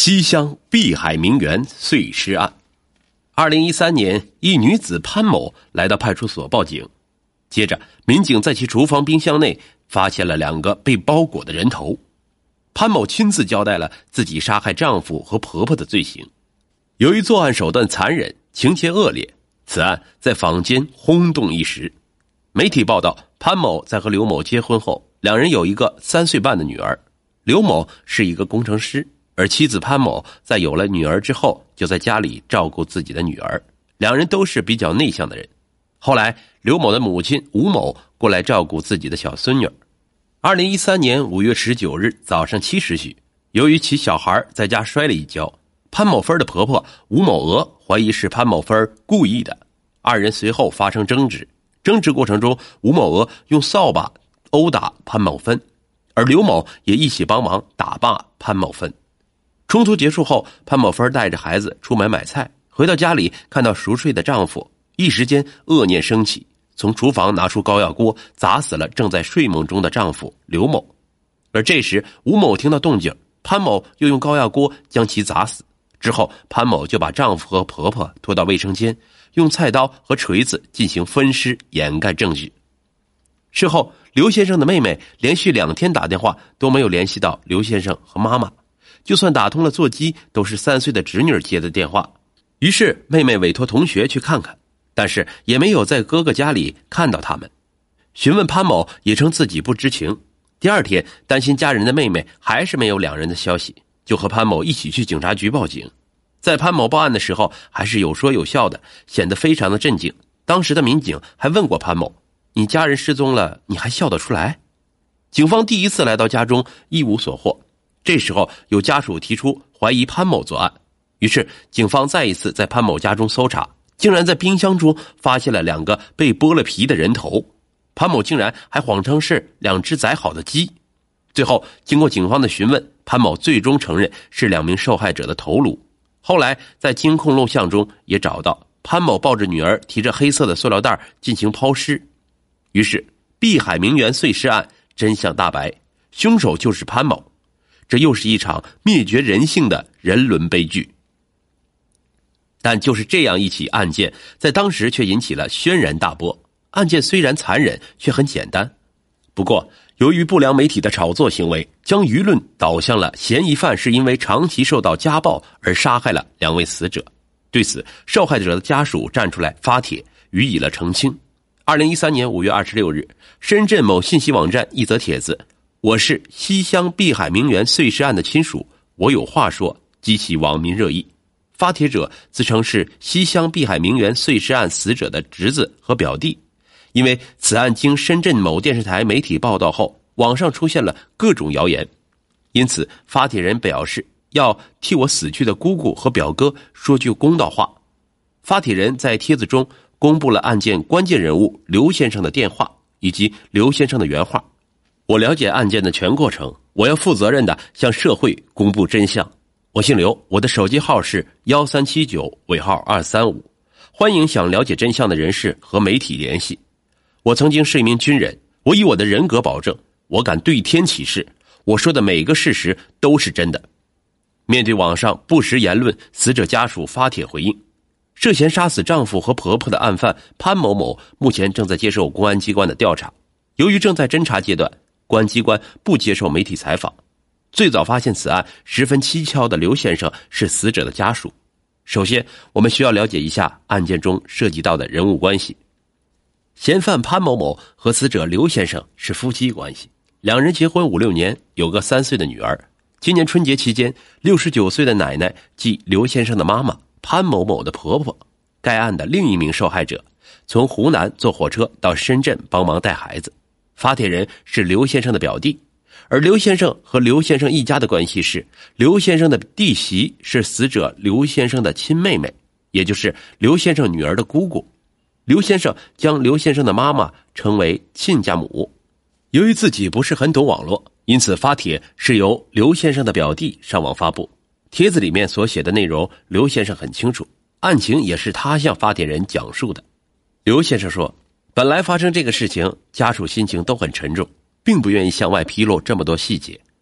西乡碧海名媛碎尸案。2013年，一女子潘某来到派出所报警，接着民警在其厨房冰箱内发现了2个被包裹的人头。潘某亲自交代了自己杀害丈夫和婆婆的罪行。由于作案手段残忍，情节恶劣，此案在坊间轰动一时。媒体报道，潘某在和刘某结婚后，2人有一个3岁半的女儿。刘某是一个工程师，而妻子潘某在有了女儿之后，就在家里照顾自己的女儿。2人都是比较内向的人。后来，刘某的母亲吴某过来照顾自己的小孙女。2013年5月19日早上7时许，由于其小孩在家摔了一跤，潘某芬的婆婆吴某娥怀疑是潘某芬故意的，2人随后发生争执。争执过程中，吴某娥用扫把殴打潘某芬，而刘某也一起帮忙打罢潘某芬。冲突结束后，潘某芬带着孩子出门买菜，回到家里看到熟睡的丈夫，一时间恶念升起，从厨房拿出高压锅砸死了正在睡梦中的丈夫刘某。而这时吴某听到动静，潘某又用高压锅将其砸死。之后潘某就把丈夫和婆婆拖到卫生间，用菜刀和锤子进行分尸掩盖证据。事后刘先生的妹妹连续2天打电话都没有联系到刘先生和妈妈，就算打通了座机都是3岁的侄女接的电话。于是妹妹委托同学去看看，但是也没有在哥哥家里看到他们。询问潘某也称自己不知情。第2天担心家人的妹妹还是没有2人的消息，就和潘某一起去警察局报警。在潘某报案的时候还是有说有笑的，显得非常的镇静。当时的民警还问过潘某，你家人失踪了，你还笑得出来？警方第1次来到家中一无所获。这时候有家属提出怀疑潘某作案，于是警方再一次在潘某家中搜查，竟然在冰箱中发现了2个被剥了皮的人头。潘某竟然还谎称是2只宰好的鸡。最后经过警方的询问，潘某最终承认是2名受害者的头颅。后来在监控录像中也找到潘某抱着女儿提着黑色的塑料袋进行抛尸。于是碧海名媛碎尸案真相大白，凶手就是潘某。这又是一场灭绝人性的人伦悲剧。但就是这样一起案件，在当时却引起了轩然大波。案件虽然残忍，却很简单。不过由于不良媒体的炒作行为，将舆论导向了嫌疑犯是因为长期受到家暴而杀害了2位死者。对此，受害者的家属站出来发帖予以了澄清。2013年5月26日，深圳某信息网站一则帖子，我是西乡碧海名媛碎尸案的亲属，我有话说，激起网民热议。发帖者自称是西乡碧海名媛碎尸案死者的侄子和表弟。因为此案经深圳某电视台媒体报道后，网上出现了各种谣言，因此发帖人表示要替我死去的姑姑和表哥说句公道话。发帖人在帖子中公布了案件关键人物刘先生的电话以及刘先生的原话。我了解案件的全过程，我要负责任地向社会公布真相。我姓刘，我的手机号是1379尾号235，欢迎想了解真相的人士和媒体联系。我曾经是一名军人，我以我的人格保证，我敢对天起誓，我说的每个事实都是真的。面对网上不实言论，死者家属发帖回应，涉嫌杀死丈夫和婆婆的案犯潘某某目前正在接受公安机关的调查。由于正在侦查阶段，公安机关不接受媒体采访。最早发现此案十分蹊跷的刘先生是死者的家属。首先，我们需要了解一下案件中涉及到的人物关系。嫌犯潘某某和死者刘先生是夫妻关系，2人结婚5、6年，有个3岁的女儿。今年春节期间，69岁的奶奶即刘先生的妈妈潘某某的婆婆，该案的另一名受害者，从湖南坐火车到深圳帮忙带孩子。发帖人是刘先生的表弟，而刘先生和刘先生一家的关系是，刘先生的弟媳是死者刘先生的亲妹妹，也就是刘先生女儿的姑姑。刘先生将刘先生的妈妈称为亲家母。由于自己不是很懂网络，因此发帖是由刘先生的表弟上网发布。帖子里面所写的内容刘先生很清楚，案情也是他向发帖人讲述的。刘先生说，本来发生这个事情，家属心情都很沉重，并不愿意向外披露这么多细节。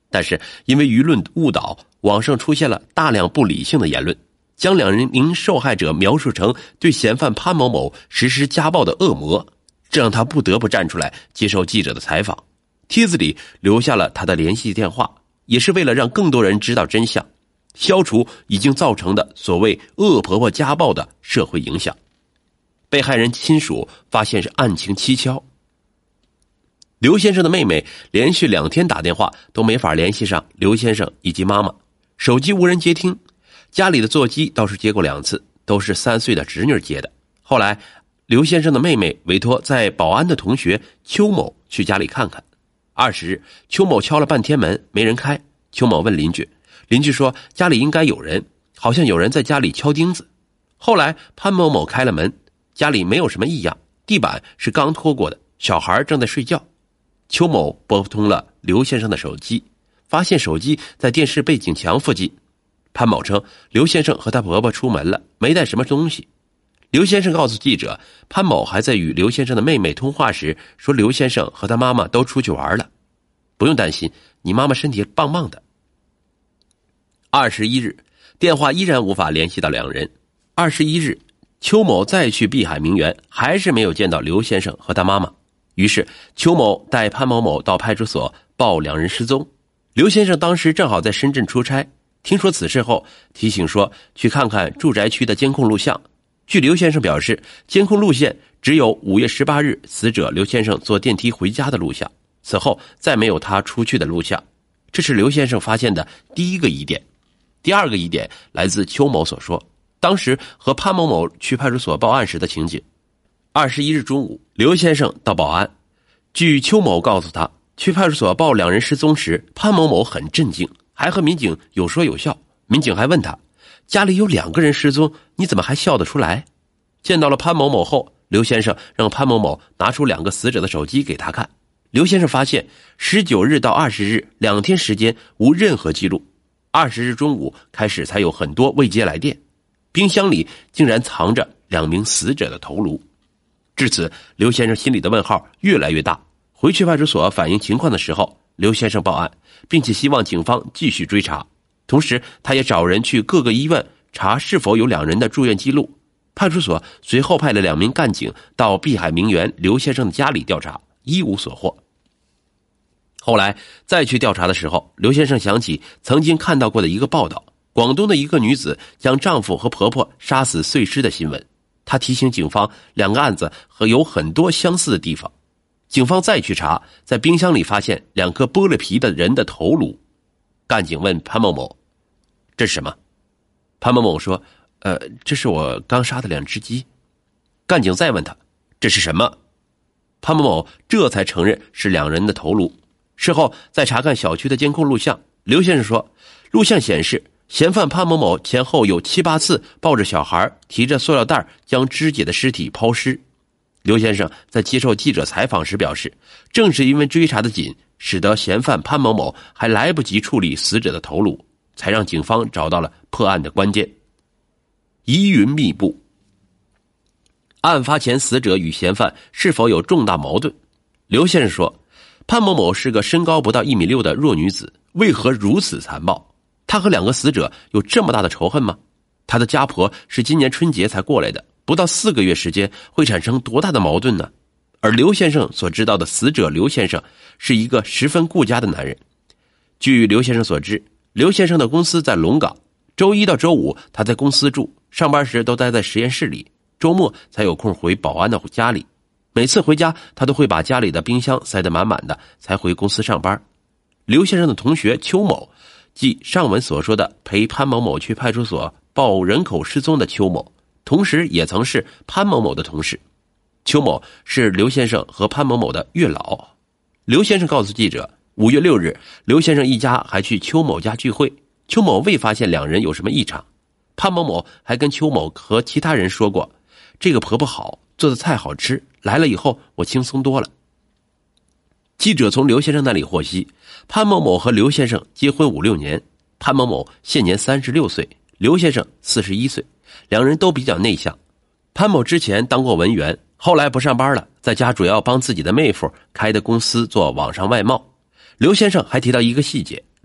但是因为舆论误导，网上出现了大量不理性的言论，将两名受害者描述成对嫌犯潘某某实施家暴的恶魔，这让他不得不站出来接受记者的采访。帖子里留下了他的联系电话，也是为了让更多人知道真相，消除已经造成的所谓恶婆婆家暴的社会影响。被害人亲属发现是案情蹊跷，刘先生的妹妹连续2天打电话都没法联系上刘先生以及妈妈，手机无人接听，家里的座机倒是接过2次，都是3岁的侄女接的。后来刘先生的妹妹委托在保安的同学邱某去家里看看。20日，邱某敲了半天门没人开，邱某问邻居，邻居说家里应该有人，好像有人在家里敲钉子。后来潘某某开了门，家里没有什么异样，地板是刚拖过的，小孩正在睡觉。邱某拨通了刘先生的手机，发现手机在电视背景墙附近。潘某称刘先生和他婆婆出门了，没带什么东西。刘先生告诉记者，潘某还在与刘先生的妹妹通话时说刘先生和他妈妈都出去玩了，不用担心，你妈妈身体棒棒的。21日，电话依然无法联系到两人。21日，邱某再去碧海名园，还是没有见到刘先生和他妈妈。于是邱某带潘某某到派出所报两人失踪。刘先生当时正好在深圳出差，听说此事后提醒说去看看住宅区的监控录像。据刘先生表示，监控录线只有5月18日死者刘先生坐电梯回家的录像，此后再没有他出去的录像。这是刘先生发现的第一个疑点。第二个疑点来自邱某所说，当时和潘某某去派出所报案时的情景。21日中午，刘先生到报案，据邱某告诉他，去派出所报两人失踪时，潘某某很震惊，还和民警有说有笑。民警还问他，家里有2个人失踪，你怎么还笑得出来？见到了潘某某后，刘先生让潘某某拿出2个死者的手机给他看。刘先生发现19日到20日2天时间无任何记录，20日中午开始才有很多未接来电，冰箱里竟然藏着2名死者的头颅。至此，刘先生心里的问号越来越大。回去派出所反映情况的时候，刘先生报案，并且希望警方继续追查。同时，他也找人去各个医院查是否有2人的住院记录。派出所随后派了2名干警到碧海名园刘先生的家里调查，一无所获。后来再去调查的时候，刘先生想起曾经看到过的一个报道，广东的一个女子将丈夫和婆婆杀死碎尸的新闻。他提醒警方2个案子和有很多相似的地方。警方再去查，在冰箱里发现2颗剥了皮的人的头颅。干警问潘某某，这是什么？潘某某说，这是我刚杀的2只鸡。干警再问他，这是什么？潘某某这才承认是2人的头颅。事后再查看小区的监控录像，刘先生说，录像显示嫌犯潘某某前后有7、8次抱着小孩，提着塑料袋将肢解的尸体抛尸。刘先生在接受记者采访时表示，正是因为追查的紧，使得嫌犯潘某某还来不及处理死者的头颅，才让警方找到了破案的关键。疑云密布。案发前死者与嫌犯是否有重大矛盾？刘先生说，潘某某是个身高不到1.6米的弱女子，为何如此残暴？她和2个死者有这么大的仇恨吗？她的家婆是今年春节才过来的，不到4个月时间会产生多大的矛盾呢？而刘先生所知道的死者刘先生是一个十分顾家的男人。据刘先生所知，刘先生的公司在龙岗，周1到周5他在公司住，上班时都待在实验室里，周末才有空回保安的家里。每次回家他都会把家里的冰箱塞得满满的，才回公司上班。刘先生的同学邱某，即上文所说的陪潘某某去派出所报人口失踪的邱某，同时也曾是潘某某的同事。邱某是刘先生和潘某某的月老。刘先生告诉记者，5月6日，刘先生一家还去邱某家聚会，邱某未发现2人有什么异常。潘某某还跟邱某和其他人说过，这个婆婆好，做的菜好吃，来了以后我轻松多了。记者从刘先生那里获悉，潘某某和刘先生结婚5、6年，潘某某现年36岁，刘先生41岁，2人都比较内向。潘某之前当过文员，后来不上班了，在家主要帮自己的妹夫开的公司做网上外贸。刘先生还提到一个细节，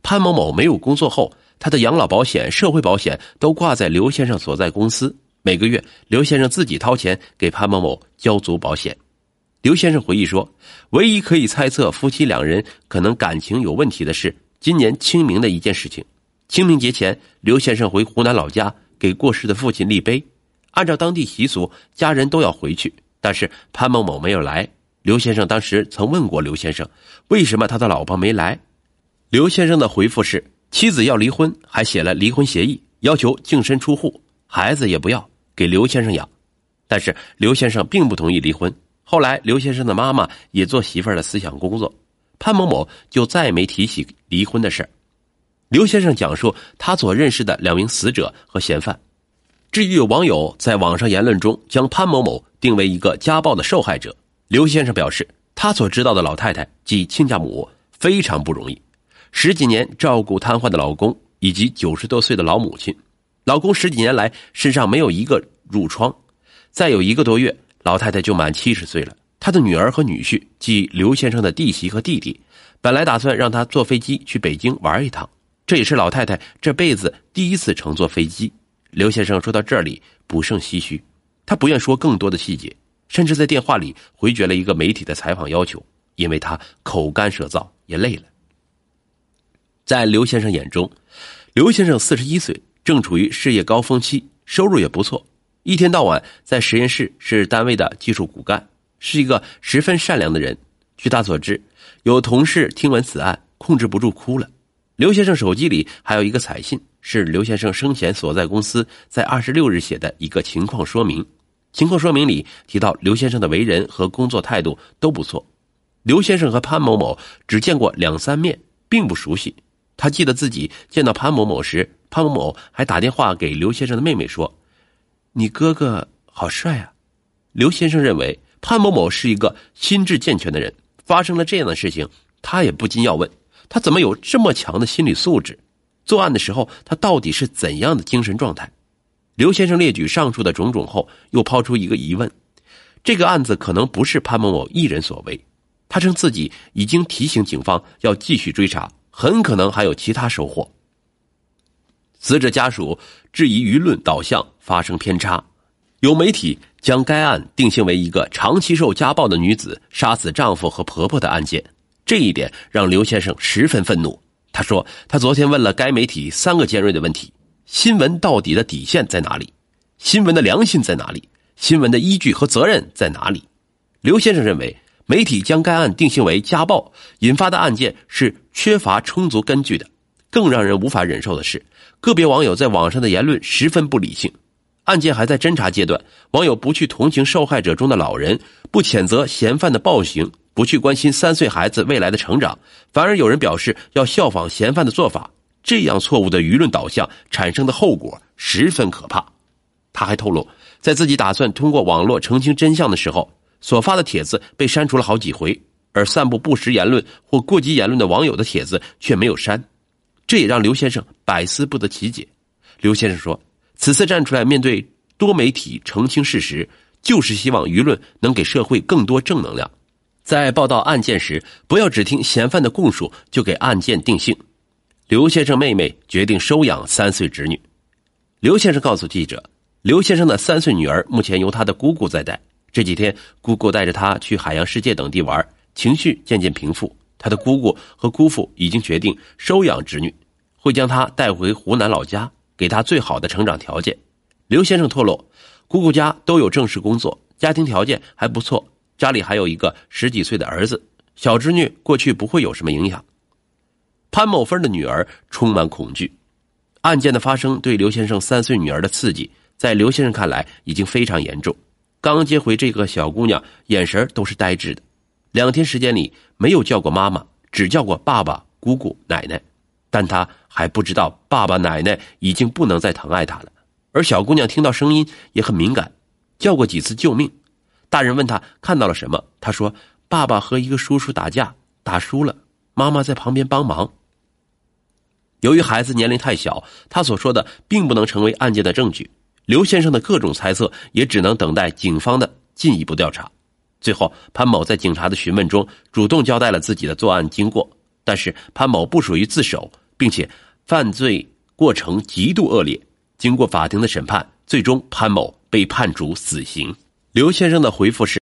潘某某没有工作后，他的养老保险、社会保险都挂在刘先生所在公司，每个月刘先生自己掏钱给潘某某交足保险。刘先生回忆说，唯一可以猜测夫妻两人可能感情有问题的是今年清明的一件事情。清明节前，刘先生回湖南老家给过世的父亲立碑，按照当地习俗，家人都要回去，但是潘某某没有来。刘先生当时曾问过刘先生，为什么他的老婆没来？刘先生的回复是，妻子要离婚，还写了离婚协议，要求净身出户，孩子也不要，给刘先生养。但是刘先生并不同意离婚。后来刘先生的妈妈也做媳妇儿的思想工作，潘某某就再没提起离婚的事。刘先生讲述他所认识的2名死者和嫌犯。至于有网友在网上言论中将潘某某定为一个家暴的受害者，刘先生表示，他所知道的老太太即亲家母非常不容易，10几年照顾瘫痪的老公以及90多岁的老母亲，老公10几年来身上没有一个褥疮，再有1个多月，老太太就满70岁了。他的女儿和女婿即刘先生的弟媳和弟弟，本来打算让他坐飞机去北京玩一趟，这也是老太太这辈子第一次乘坐飞机。刘先生说到这里不胜唏嘘，他不愿说更多的细节，甚至在电话里回绝了一个媒体的采访要求，因为他口干舌燥也累了。在刘先生眼中，刘先生41岁，正处于事业高峰期，收入也不错，一天到晚在实验室是单位的技术骨干，是一个十分善良的人。据他所知，有同事听闻此案控制不住哭了。刘先生手机里还有一个彩信，是刘先生生前所在公司在26日写的一个情况说明。情况说明里提到刘先生的为人和工作态度都不错。刘先生和潘某某只见过2、3面，并不熟悉。他记得自己见到潘某某时，潘某某还打电话给刘先生的妹妹说，你哥哥好帅啊。刘先生认为潘某某是一个心智健全的人，发生了这样的事情，他也不禁要问，他怎么有这么强的心理素质？作案的时候他到底是怎样的精神状态？刘先生列举上述的种种后，又抛出一个疑问，这个案子可能不是潘某某一人所为。他称自己已经提醒警方要继续追查，很可能还有其他收获。死者家属质疑舆论导向发生偏差，有媒体将该案定性为一个长期受家暴的女子杀死丈夫和婆婆的案件，这一点让刘先生十分愤怒。他说，他昨天问了该媒体3个尖锐的问题：新闻到底的底线在哪里？新闻的良心在哪里？新闻的依据和责任在哪里？刘先生认为，媒体将该案定性为家暴引发的案件是缺乏充足根据的。更让人无法忍受的是，个别网友在网上的言论十分不理性。案件还在侦查阶段，网友不去同情受害者中的老人，不谴责嫌犯的暴行，不去关心3岁孩子未来的成长，反而有人表示要效仿嫌犯的做法。这样错误的舆论导向产生的后果十分可怕。他还透露，在自己打算通过网络澄清真相的时候，所发的帖子被删除了好几回，而散布不实言论或过激言论的网友的帖子却没有删，这也让刘先生百思不得其解。刘先生说，此次站出来面对多媒体澄清事实，就是希望舆论能给社会更多正能量，在报道案件时不要只听嫌犯的供述就给案件定性。刘先生妹妹决定收养3岁侄女。刘先生告诉记者，刘先生的3岁女儿目前由他的姑姑在带，这几天姑姑带着他去海洋世界等地玩，情绪渐渐平复。他的姑姑和姑父已经决定收养侄女，会将她带回湖南老家，给她最好的成长条件。刘先生透露，姑姑家都有正式工作，家庭条件还不错，家里还有一个10几岁的儿子，小侄女过去不会有什么影响。潘某芬的女儿充满恐惧，案件的发生对刘先生3岁女儿的刺激，在刘先生看来已经非常严重。刚接回这个小姑娘，眼神都是呆滞的，2天时间里没有叫过妈妈，只叫过爸爸、姑姑、奶奶，但她还不知道爸爸奶奶已经不能再疼爱她了。而小姑娘听到声音也很敏感，叫过几次救命。大人问她看到了什么，她说爸爸和一个叔叔打架，打输了，妈妈在旁边帮忙。由于孩子年龄太小，他所说的并不能成为案件的证据，刘先生的各种猜测也只能等待警方的进一步调查。最后，潘某在警察的询问中主动交代了自己的作案经过，但是潘某不属于自首， 并且犯罪过程极度恶劣。经过法庭的审判，最终潘某被判处死刑。刘先生的回复是：